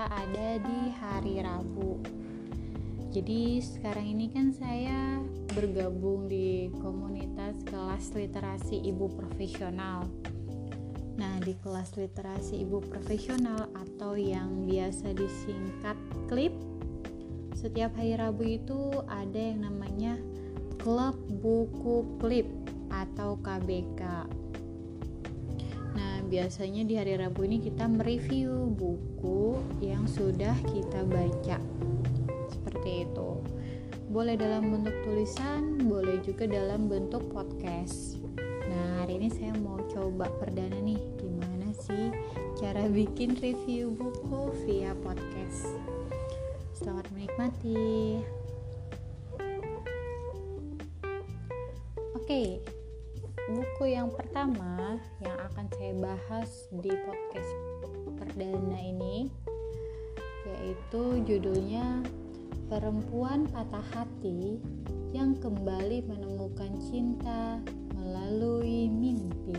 kita ada di hari Rabu. Jadi sekarang ini kan saya bergabung di komunitas kelas literasi ibu profesional. Nah, di kelas literasi ibu profesional atau yang biasa disingkat KLIP, setiap hari Rabu itu ada yang namanya Klub Buku KLIP atau KBK. Nah, biasanya di hari Rabu ini kita mereview buku yang sudah kita baca. Seperti itu. Boleh dalam bentuk tulisan, boleh juga dalam bentuk podcast. Nah, hari ini saya mau coba perdana nih, gimana sih cara bikin review buku via podcast. Selamat menikmati. Oke, buku yang pertama yang akan saya bahas di podcast perdana ini yaitu judulnya Perempuan Patah Hati yang Kembali Menemukan Cinta Melalui Mimpi.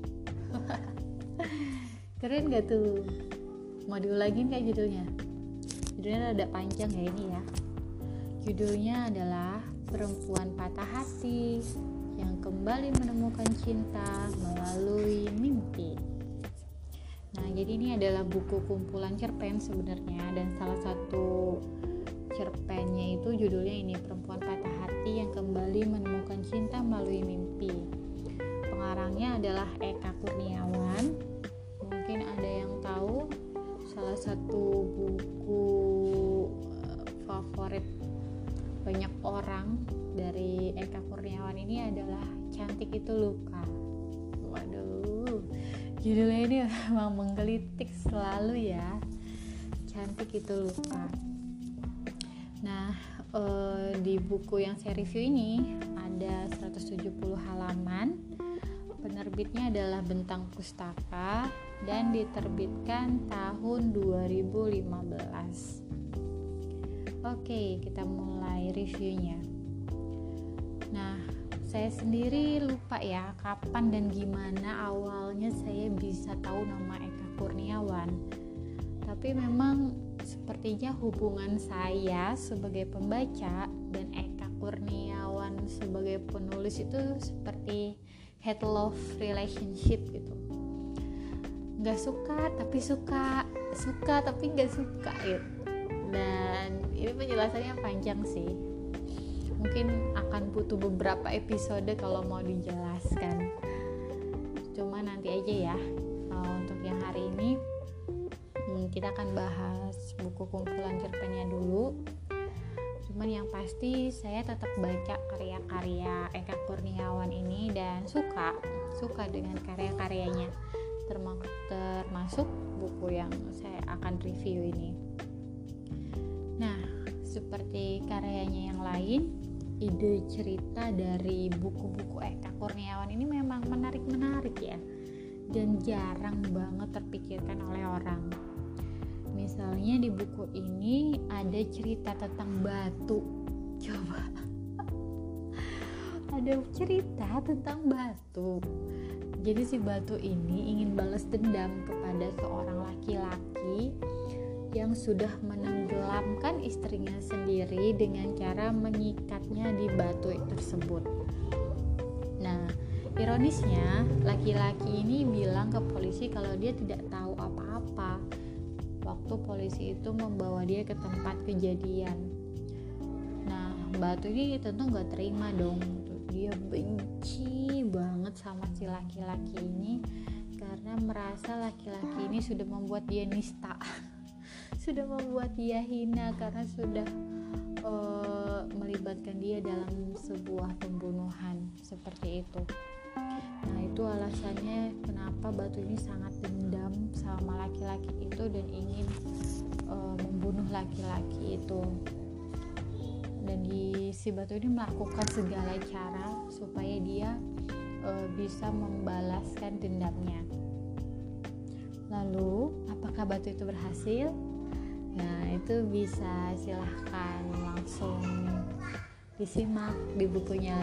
Keren gak tuh? Mau diulangin kayak judulnya? Judulnya rada panjang ya ini ya. Judulnya adalah Perempuan Patah Hati yang Kembali Menemukan Cinta Melalui Mimpi. Nah, jadi ini adalah buku kumpulan cerpen sebenarnya, dan salah satu cerpennya itu judulnya ini, Perempuan Patah Hati yang Kembali Menemukan Cinta Melalui Mimpi. Pengarangnya adalah Eka Kurniawan. Mungkin ada yang tahu, salah satu buku favorit banyak orang dari Eka Kurniawan ini adalah Cantik Itu Luka. Waduh, judulnya ini memang menggelitik selalu ya, Cantik Itu Luka. Nah, di buku yang saya review ini ada 170 halaman. Penerbitnya adalah Bentang Pustaka dan diterbitkan tahun 2015. Oke, kita mulai reviewnya. Nah, saya sendiri lupa ya kapan dan gimana awalnya saya bisa tahu nama Eka Kurniawan. Tapi memang sepertinya hubungan saya sebagai pembaca dan Eka Kurniawan sebagai penulis itu seperti hate love relationship gitu. Nggak suka tapi suka, suka tapi nggak suka gitu. Dan ini penjelasannya panjang sih, mungkin akan butuh beberapa episode kalau mau dijelaskan. Cuma nanti aja ya. Untuk yang hari ini kita akan bahas buku kumpulan cerpennya dulu. Cuman yang pasti saya tetap baca karya-karya Eka Kurniawan ini dan suka dengan karya-karyanya, termasuk buku yang saya akan review ini. Nah, seperti karyanya yang lain, ide cerita dari buku-buku Eka Kurniawan ini memang menarik ya, dan jarang banget terpikirkan oleh orang. Misalnya di buku ini ada cerita tentang batu. Coba. Ada cerita tentang batu. Jadi si batu ini ingin balas dendam kepada seorang laki-laki yang sudah menenggelamkan istrinya sendiri dengan cara mengikatnya di batu tersebut. Nah, ironisnya laki-laki ini bilang ke polisi kalau dia tidak tahu apa-apa waktu polisi itu membawa dia ke tempat kejadian. Nah, batu ini tentu gak terima dong. Dia benci banget sama si laki-laki ini karena merasa laki-laki ini sudah membuat dia nista, sudah membuat dia hina karena sudah melibatkan dia dalam sebuah pembunuhan seperti itu. Nah, itu alasannya kenapa batu ini sangat dendam sama laki-laki itu dan ingin membunuh laki-laki itu. Dan si batu ini melakukan segala cara supaya dia bisa membalaskan dendamnya. Lalu, apakah batu itu berhasil? Nah, itu bisa silahkan langsung disimak di bukunya.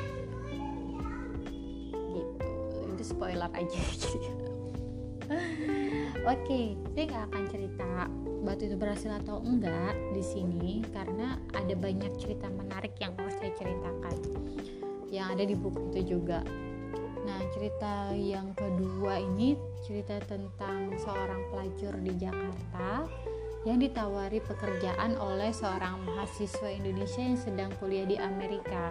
Itu spoiler aja gitu. Oke, saya gak akan cerita batu itu berhasil atau enggak di sini karena ada banyak cerita menarik yang mau saya ceritakan yang ada di buku itu juga. Nah, cerita yang kedua ini cerita tentang seorang pelacur di Jakarta yang ditawari pekerjaan oleh seorang mahasiswa Indonesia yang sedang kuliah di Amerika.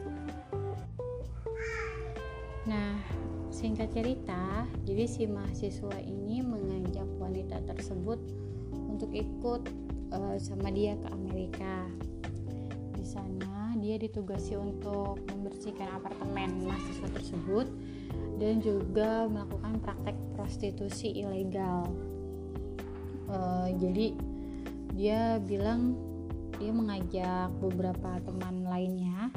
Nah, singkat cerita, jadi si mahasiswa ini mengajak wanita tersebut untuk ikut sama dia ke Amerika. Di sana dia ditugasi untuk membersihkan apartemen mahasiswa tersebut dan juga melakukan praktek prostitusi ilegal. Jadi dia bilang dia mengajak beberapa teman lainnya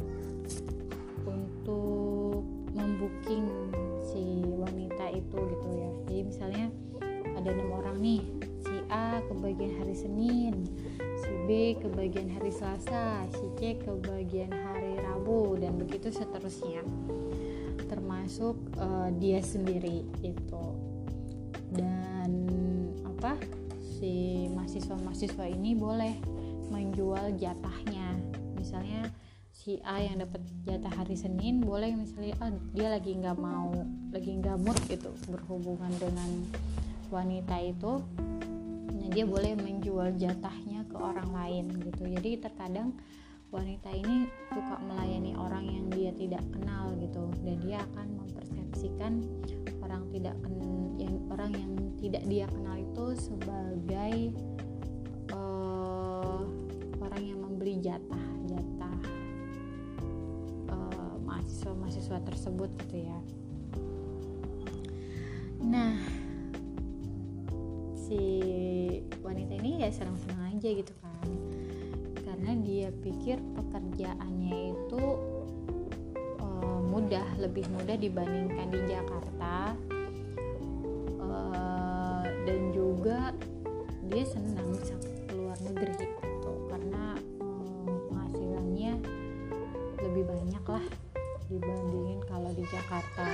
untuk membooking si wanita itu gitu ya. Jadi misalnya ada 6 orang nih, si A ke bagian hari Senin, si B ke bagian hari Selasa, si C ke bagian hari Rabu, dan begitu seterusnya, termasuk dia sendiri itu. Dan si mahasiswa ini boleh menjual jatahnya. Misalnya si A yang dapat jatah hari Senin boleh misalnya dia lagi nggak mood gitu berhubungan dengan wanita itu, nah dia boleh menjual jatahnya ke orang lain gitu. Jadi terkadang wanita ini suka melayani orang yang dia tidak kenal gitu, dan dia akan mempersepsikan orang yang tidak dia kenal itu sebagai orang yang membeli jatah mahasiswa tersebut gitu ya. Nah, si wanita ini ya senang-senang aja gitu kan, karena dia pikir pekerjaannya itu lebih mudah dibandingkan di Jakarta, dan juga dia senang bisa keluar negeri gitu, karena penghasilannya lebih banyak lah dibandingin kalau di Jakarta.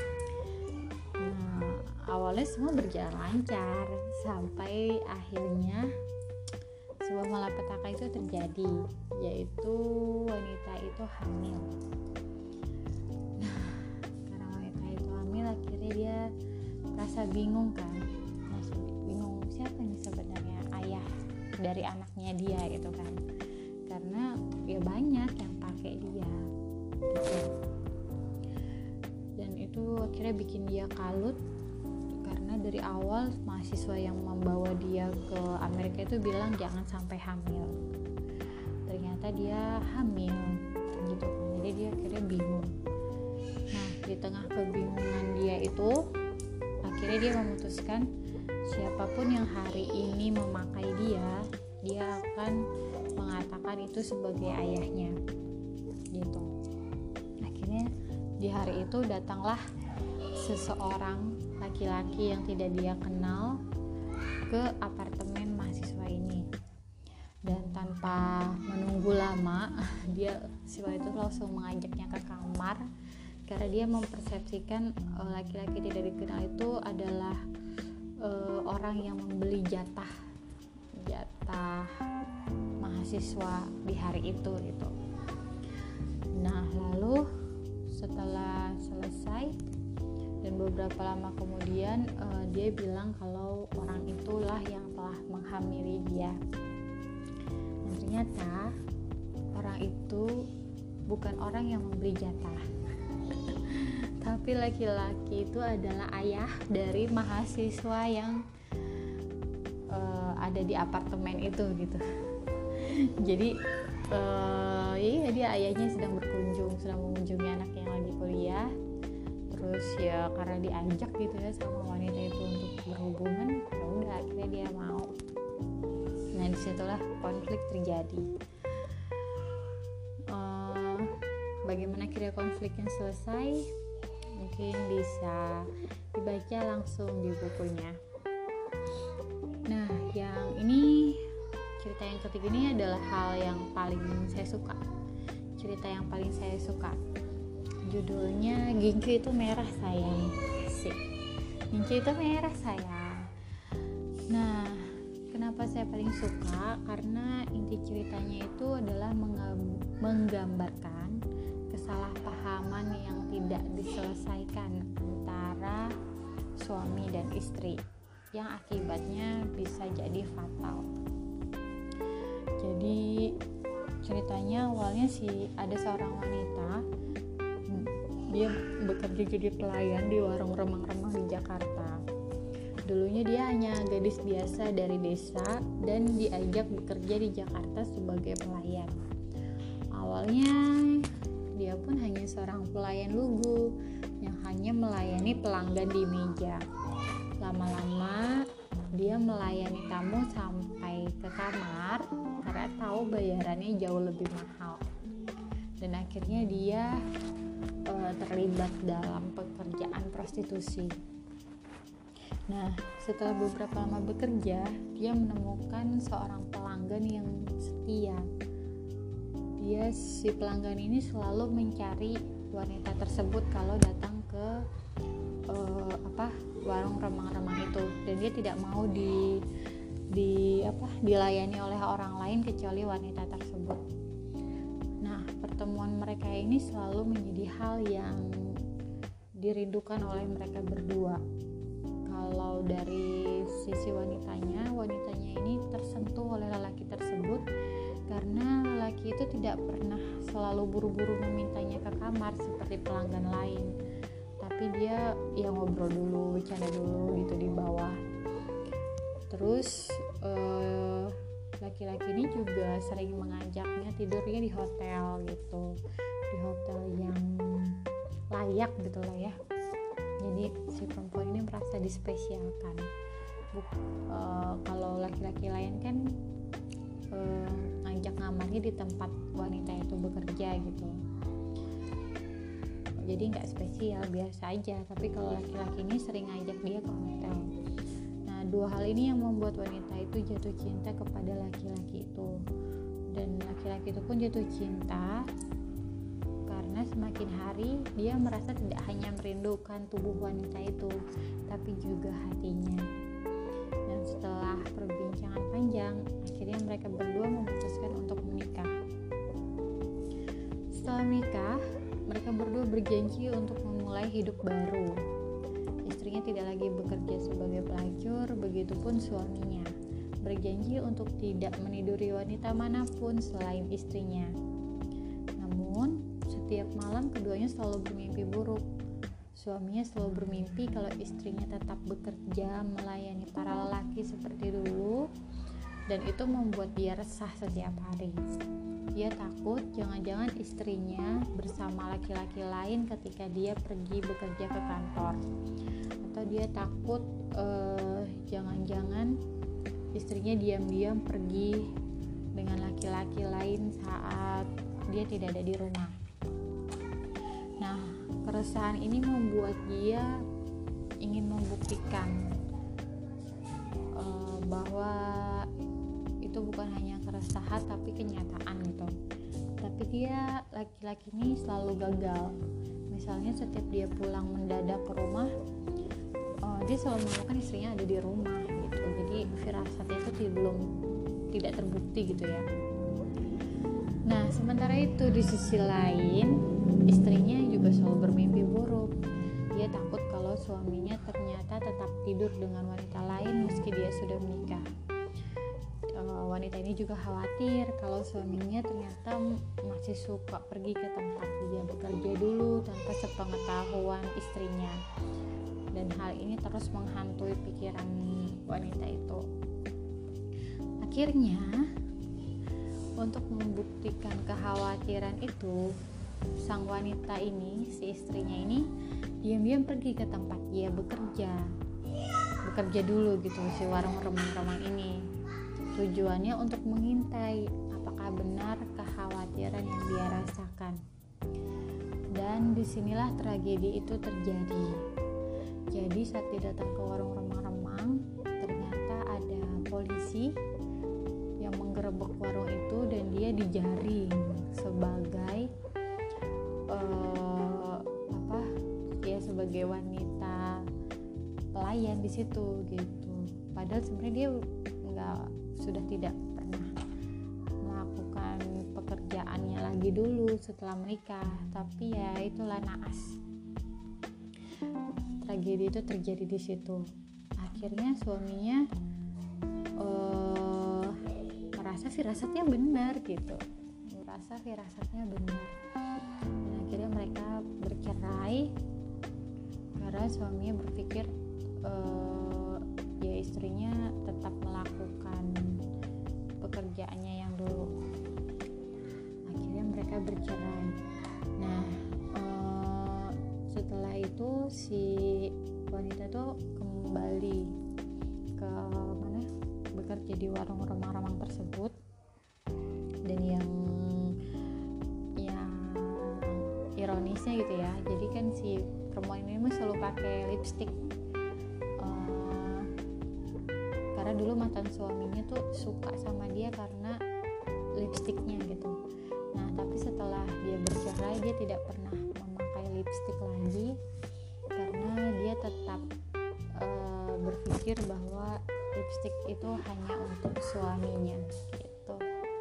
Nah, awalnya semua berjalan lancar sampai akhirnya sebuah malapetaka itu terjadi, yaitu wanita itu hamil. Nah, karena wanita itu hamil, akhirnya dia merasa bingung kan, siapa nih sebenarnya ayah dari anaknya dia gitu kan, karena ya banyak yang pakai dia gitu. Dan itu akhirnya bikin dia kalut, karena dari awal mahasiswa yang membawa dia ke Amerika itu bilang jangan sampai hamil. Ternyata dia hamil gitu kan. Jadi dia akhirnya bingung. Nah, di tengah kebingungan dia itu akhirnya dia memutuskan siapapun yang hari ini memakai dia akan mengatakan itu sebagai ayahnya gitu. Akhirnya di hari itu datanglah seseorang laki-laki yang tidak dia kenal ke apartemen mahasiswa ini, dan tanpa menunggu lama si wanita itu langsung mengajaknya ke kamar, karena dia mempersepsikan laki-laki tidak dikenal itu adalah orang yang membeli jatah mahasiswa di hari itu gitu. Nah, lalu setelah selesai dan beberapa lama kemudian dia bilang kalau orang itulah yang telah menghamili dia. Dan ternyata orang itu bukan orang yang membeli jatah, tapi laki-laki itu adalah ayah dari mahasiswa yang ada di apartemen itu gitu. Jadi ya dia ayahnya sedang mengunjungi anaknya yang lagi kuliah. Terus ya karena diajak gitu ya sama wanita itu untuk berhubungan, ya udah akhirnya dia mau. Nah, disitulah konflik terjadi. Bagaimana akhirnya konfliknya selesai? Mungkin bisa dibaca langsung di bukunya. Nah, yang ini, cerita yang ketiga ini adalah hal yang paling saya suka. Cerita yang paling saya suka. Judulnya Gincu itu Merah Sayang. Asik. Gincu itu merah sayang. Nah, kenapa Kenapa saya paling suka? Karena inti ceritanya itu adalah menggambarkan kesalahpahaman yang tidak diselesaikan antara suami dan istri yang akibatnya bisa jadi fatal. Jadi ceritanya awalnya sih ada seorang wanita, dia bekerja jadi pelayan di warung remang-remang di Jakarta. Dulunya dia hanya gadis biasa dari desa dan diajak bekerja di Jakarta sebagai pelayan. Awalnya dia pun hanya seorang pelayan lugu yang hanya melayani pelanggan di meja. Lama-lama dia melayani tamu sampai ke kamar karena tahu bayarannya jauh lebih mahal. Dan akhirnya dia terlibat dalam pekerjaan prostitusi. Nah, setelah beberapa lama bekerja, dia menemukan seorang pelanggan yang setia. Si pelanggan ini selalu mencari wanita tersebut kalau datang ke warung remang-remang itu, dan dia tidak mau dilayani oleh orang lain kecuali wanita tersebut. Nah, pertemuan mereka ini selalu menjadi hal yang dirindukan oleh mereka berdua. Kalau dari sisi wanitanya ini tersentuh oleh lelaki tersebut karena lelaki itu tidak pernah selalu buru-buru memintanya ke kamar seperti pelanggan lain, tapi dia ngobrol dulu, bercanda dulu gitu di bawah. Terus laki-laki ini juga sering mengajaknya tidurnya di hotel gitu, di hotel yang layak gitu lah ya. Jadi si perempuan ini merasa dispesialkan. Kalau laki-laki lain kan ngajak ngamarnya di tempat wanita itu bekerja gitu, jadi nggak spesial, biasa aja. Tapi kalau laki-laki ini sering ngajak dia ke hotel. Nah, dua hal ini yang membuat wanita itu jatuh cinta kepada laki-laki itu, dan laki-laki itu pun jatuh cinta karena semakin hari dia merasa tidak hanya merindukan tubuh wanita itu, tapi juga hatinya. Dan setelah perbincangan panjang, akhirnya mereka berdua memutuskan untuk menikah. Setelah menikah, mereka berdua berjanji untuk memulai hidup baru. Istrinya tidak lagi bekerja sebagai pelacur, begitupun suaminya. Berjanji untuk tidak meniduri wanita manapun selain istrinya. Namun, setiap malam keduanya selalu bermimpi buruk. Suaminya selalu bermimpi kalau istrinya tetap bekerja melayani para lelaki seperti dulu, dan itu membuat dia resah setiap hari. Dia takut jangan-jangan istrinya bersama laki-laki lain ketika dia pergi bekerja ke kantor, atau dia takut jangan-jangan istrinya diam-diam pergi dengan laki-laki lain saat dia tidak ada di rumah. Nah, keresahan ini membuat dia ingin membuktikan bahwa itu bukan hanya keresahan tapi kenyataan gitu. Tapi dia, laki-laki ini selalu gagal. Misalnya setiap dia pulang mendadak ke rumah, dia selalu menemukan istrinya ada di rumah gitu. Jadi firasatnya itu tidak terbukti gitu ya. Nah, sementara itu di sisi lain, istrinya juga selalu bermimpi buruk. Dia takut kalau suaminya ternyata tetap tidur dengan wanita lain meski dia sudah menikah. Wanita ini juga khawatir kalau suaminya ternyata masih suka pergi ke tempat dia bekerja dulu tanpa sepengetahuan istrinya. Dan hal ini terus menghantui pikiran wanita itu. Akhirnya, untuk membuktikan kekhawatiran itu, sang wanita ini, si istrinya ini, diam-diam pergi ke tempat dia bekerja dulu gitu, si warung remang-remang ini. Tujuannya untuk mengintai apakah benar kekhawatiran yang dia rasakan. Dan disinilah tragedi itu terjadi. Jadi saat dia datang ke warung remang-remang, ternyata ada polisi yang menggerebek warung itu dan dia dijaring sebagai sebagai wanita pelayan di situ gitu. Padahal sebenarnya dia nggak sudah tidak pernah melakukan pekerjaannya lagi dulu setelah menikah. Tapi ya itulah naas, tragedi itu terjadi di situ. Akhirnya suaminya merasa firasatnya benar gitu, dan akhirnya mereka bercerai karena suaminya berpikir ya istrinya tetap melakukan pekerjaannya yang dulu. Akhirnya mereka bercerai. Nah, setelah itu si wanita tuh kembali ke mana, bekerja di warung remang-remang tersebut. Dan yang ironisnya gitu ya, jadi kan si perempuan ini mah selalu pakai lipstik, karena dulu mantan suaminya tuh suka sama dia karena lipstiknya gitu. Nah tapi setelah dia bercerai, dia tidak pernah memakai lipstik lagi karena dia tetap berpikir bahwa lipstik itu hanya untuk suaminya gitu.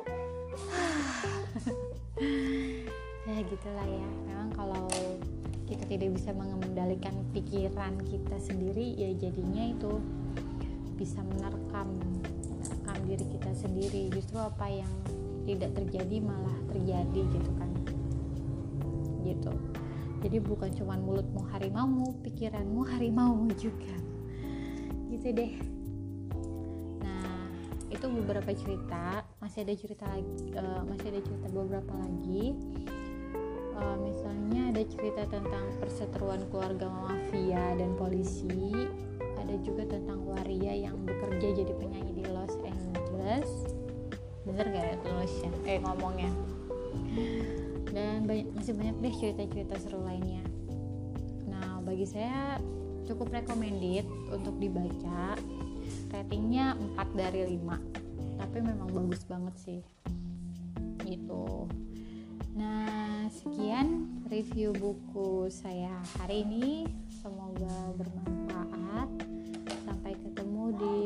Ya gitulah ya, memang kalau kita tidak bisa mengendalikan pikiran kita sendiri, ya jadinya itu bisa menerkam diri kita sendiri. Justru apa yang tidak terjadi malah terjadi gitu kan, gitu. Jadi bukan cuma mulutmu harimau, pikiranmu harimau juga, gitu deh. Nah itu beberapa cerita, masih ada cerita beberapa lagi. Misalnya ada cerita tentang perseteruan keluarga mafia dan polisi, ada juga tentang waria yang bekerja jadi penyanyi di Los Angeles. Bener gak ya tulisnya? Ngomongnya. Dan masih banyak deh cerita-cerita seru lainnya. Nah bagi saya cukup recommended untuk dibaca. Ratingnya 4 dari 5, tapi memang bagus banget sih gitu. Nah sekian review buku saya hari ini, semoga bermanfaat. Sampai ketemu di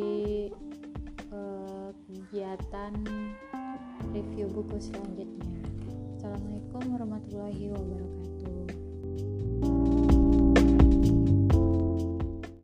kegiatan review buku selanjutnya. Assalamualaikum warahmatullahi wabarakatuh.